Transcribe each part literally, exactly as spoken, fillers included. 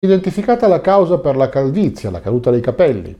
Identificata la causa per la calvizie, la caduta dei capelli.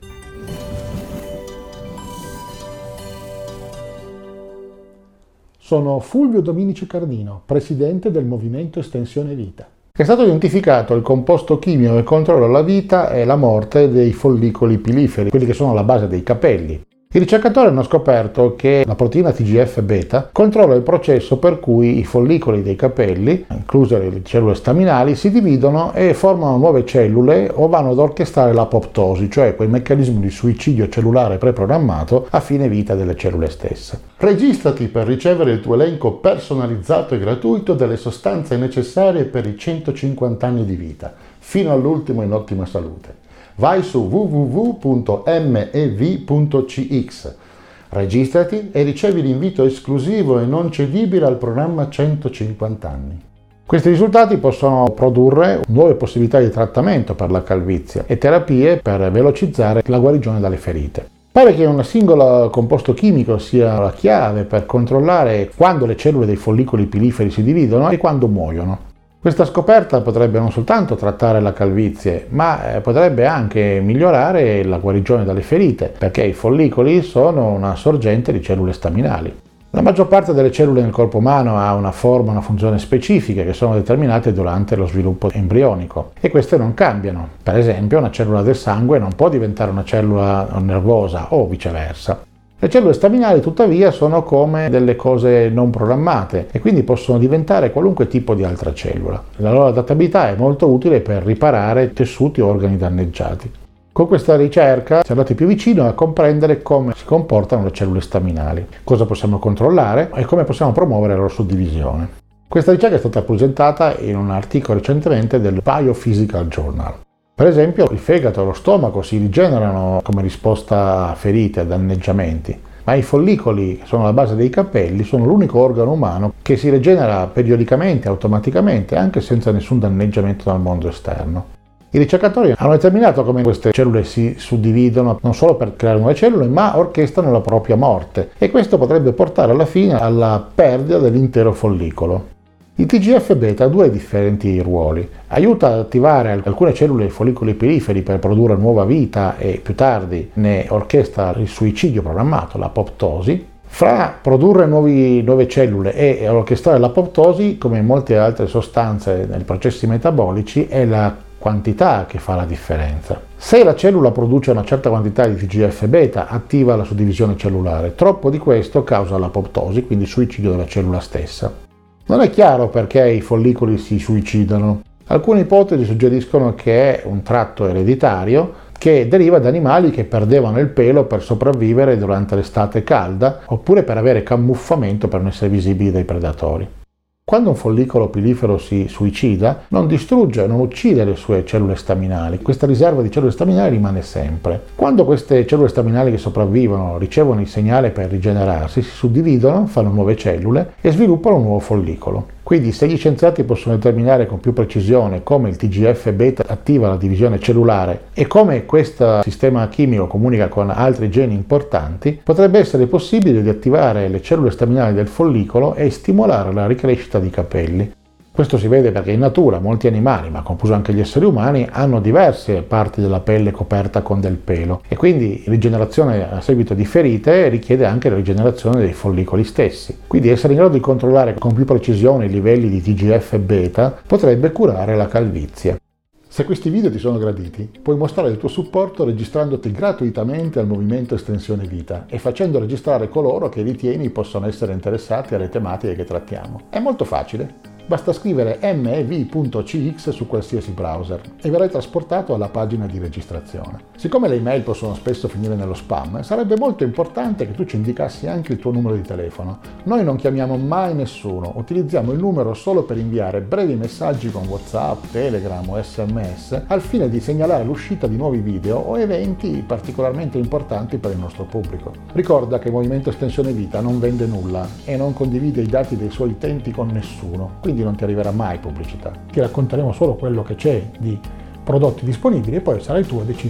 Sono Fulvio Dominici Cardino, presidente del Movimento Estensione Vita. È stato identificato il composto chimico che controlla la vita e la morte dei follicoli piliferi, quelli che sono la base dei capelli. I ricercatori hanno scoperto che la proteina T G F beta controlla il processo per cui i follicoli dei capelli, incluse le cellule staminali, si dividono e formano nuove cellule o vanno ad orchestrare l'apoptosi, cioè quel meccanismo di suicidio cellulare preprogrammato a fine vita delle cellule stesse. Registrati per ricevere il tuo elenco personalizzato e gratuito delle sostanze necessarie per i centocinquanta anni di vita, fino all'ultimo in ottima salute. Vai su w w w punto m e v punto c x, registrati e ricevi l'invito esclusivo e non cedibile al programma centocinquanta anni. Questi risultati possono produrre nuove possibilità di trattamento per la calvizie e terapie per velocizzare la guarigione dalle ferite. Pare che un singolo composto chimico sia la chiave per controllare quando le cellule dei follicoli piliferi si dividono e quando muoiono. Questa scoperta potrebbe non soltanto trattare la calvizie, ma potrebbe anche migliorare la guarigione dalle ferite, perché i follicoli sono una sorgente di cellule staminali. La maggior parte delle cellule nel corpo umano ha una forma, una funzione specifiche che sono determinate durante lo sviluppo embrionico e queste non cambiano. Per esempio, una cellula del sangue non può diventare una cellula nervosa o viceversa. Le cellule staminali tuttavia sono come delle cose non programmate e quindi possono diventare qualunque tipo di altra cellula. La loro adattabilità è molto utile per riparare tessuti o organi danneggiati. Con questa ricerca siamo andati più vicino a comprendere come si comportano le cellule staminali, cosa possiamo controllare e come possiamo promuovere la loro suddivisione. Questa ricerca è stata presentata in un articolo recentemente del Biophysical Journal. Per esempio, il fegato e lo stomaco si rigenerano come risposta a ferite, a danneggiamenti, ma i follicoli, che sono la base dei capelli, sono l'unico organo umano che si rigenera periodicamente, automaticamente, anche senza nessun danneggiamento dal mondo esterno. I ricercatori hanno determinato come queste cellule si suddividono non solo per creare nuove cellule, ma orchestrano la propria morte, e questo potrebbe portare alla fine alla perdita dell'intero follicolo. Il T G F beta ha due differenti ruoli. Aiuta ad attivare alcune cellule dei follicoli piliferi per produrre nuova vita e più tardi ne orchestra il suicidio programmato, l'apoptosi. Fra produrre nuovi, nuove cellule e orchestrare l'apoptosi, come in molte altre sostanze nei processi metabolici, è la quantità che fa la differenza. Se la cellula produce una certa quantità di T G F beta, attiva la suddivisione cellulare. Troppo di questo causa l'apoptosi, quindi il suicidio della cellula stessa. Non è chiaro perché i follicoli si suicidano. Alcune ipotesi suggeriscono che è un tratto ereditario che deriva da animali che perdevano il pelo per sopravvivere durante l'estate calda oppure per avere camuffamento per non essere visibili dai predatori. Quando un follicolo pilifero si suicida, non distrugge, non uccide le sue cellule staminali. Questa riserva di cellule staminali rimane sempre. Quando queste cellule staminali che sopravvivono ricevono il segnale per rigenerarsi, si suddividono, fanno nuove cellule e sviluppano un nuovo follicolo. Quindi, se gli scienziati possono determinare con più precisione come il T G F beta attiva la divisione cellulare e come questo sistema chimico comunica con altri geni importanti, potrebbe essere possibile di attivare le cellule staminali del follicolo e stimolare la ricrescita di capelli. Questo si vede perché in natura molti animali, ma compreso anche gli esseri umani, hanno diverse parti della pelle coperta con del pelo e quindi rigenerazione a seguito di ferite richiede anche la rigenerazione dei follicoli stessi. Quindi essere in grado di controllare con più precisione i livelli di T G F beta potrebbe curare la calvizie. Se questi video ti sono graditi, puoi mostrare il tuo supporto registrandoti gratuitamente al Movimento Estensione Vita e facendo registrare coloro che ritieni possano essere interessati alle tematiche che trattiamo. È molto facile. Basta scrivere m e v punto c x su qualsiasi browser e verrai trasportato alla pagina di registrazione. Siccome le email possono spesso finire nello spam, sarebbe molto importante che tu ci indicassi anche il tuo numero di telefono. Noi non chiamiamo mai nessuno, utilizziamo il numero solo per inviare brevi messaggi con WhatsApp, Telegram o S M S al fine di segnalare l'uscita di nuovi video o eventi particolarmente importanti per il nostro pubblico. Ricorda che il Movimento Estensione Vita non vende nulla e non condivide i dati dei suoi utenti con nessuno, quindi non ti arriverà mai pubblicità. Ti racconteremo solo quello che c'è di prodotti disponibili e poi sarai tu a decidere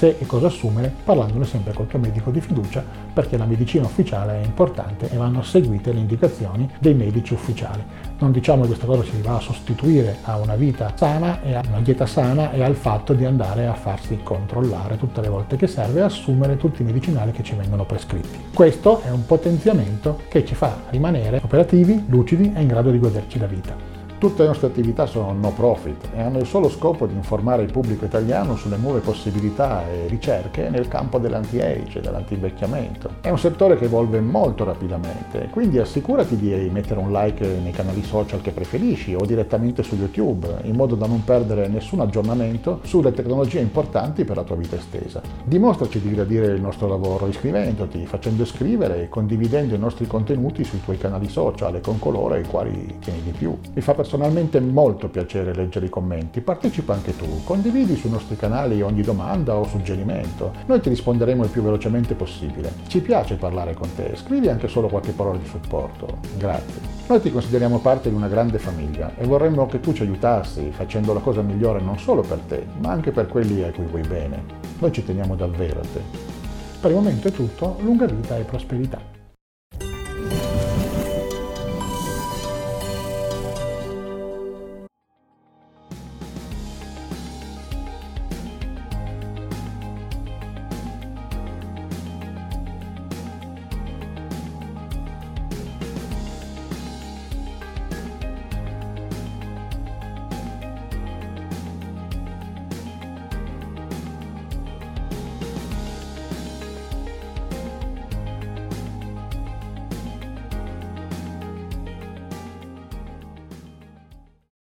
se e cosa assumere, parlandone sempre col tuo medico di fiducia, perché la medicina ufficiale è importante e vanno seguite le indicazioni dei medici ufficiali. Non diciamo che questa cosa si va a sostituire a una vita sana e a una dieta sana e al fatto di andare a farsi controllare tutte le volte che serve e assumere tutti i medicinali che ci vengono prescritti. Questo è un potenziamento che ci fa rimanere operativi, lucidi e in grado di goderci la vita. Tutte le nostre attività sono no profit e hanno il solo scopo di informare il pubblico italiano sulle nuove possibilità e ricerche nel campo dell'anti-age e dell'antivecchiamento. È un settore che evolve molto rapidamente, quindi assicurati di mettere un like nei canali social che preferisci o direttamente su YouTube, in modo da non perdere nessun aggiornamento sulle tecnologie importanti per la tua vita estesa. Dimostraci di gradire il nostro lavoro iscrivendoti, facendo iscrivere e condividendo i nostri contenuti sui tuoi canali social e con coloro ai quali tieni di più. Mi fa personalmente molto piacere leggere i commenti, partecipa anche tu, condividi sui nostri canali ogni domanda o suggerimento, noi ti risponderemo il più velocemente possibile. Ci piace parlare con te, scrivi anche solo qualche parola di supporto, grazie. Noi ti consideriamo parte di una grande famiglia e vorremmo che tu ci aiutassi facendo la cosa migliore non solo per te, ma anche per quelli a cui vuoi bene. Noi ci teniamo davvero a te. Per il momento è tutto, lunga vita e prosperità.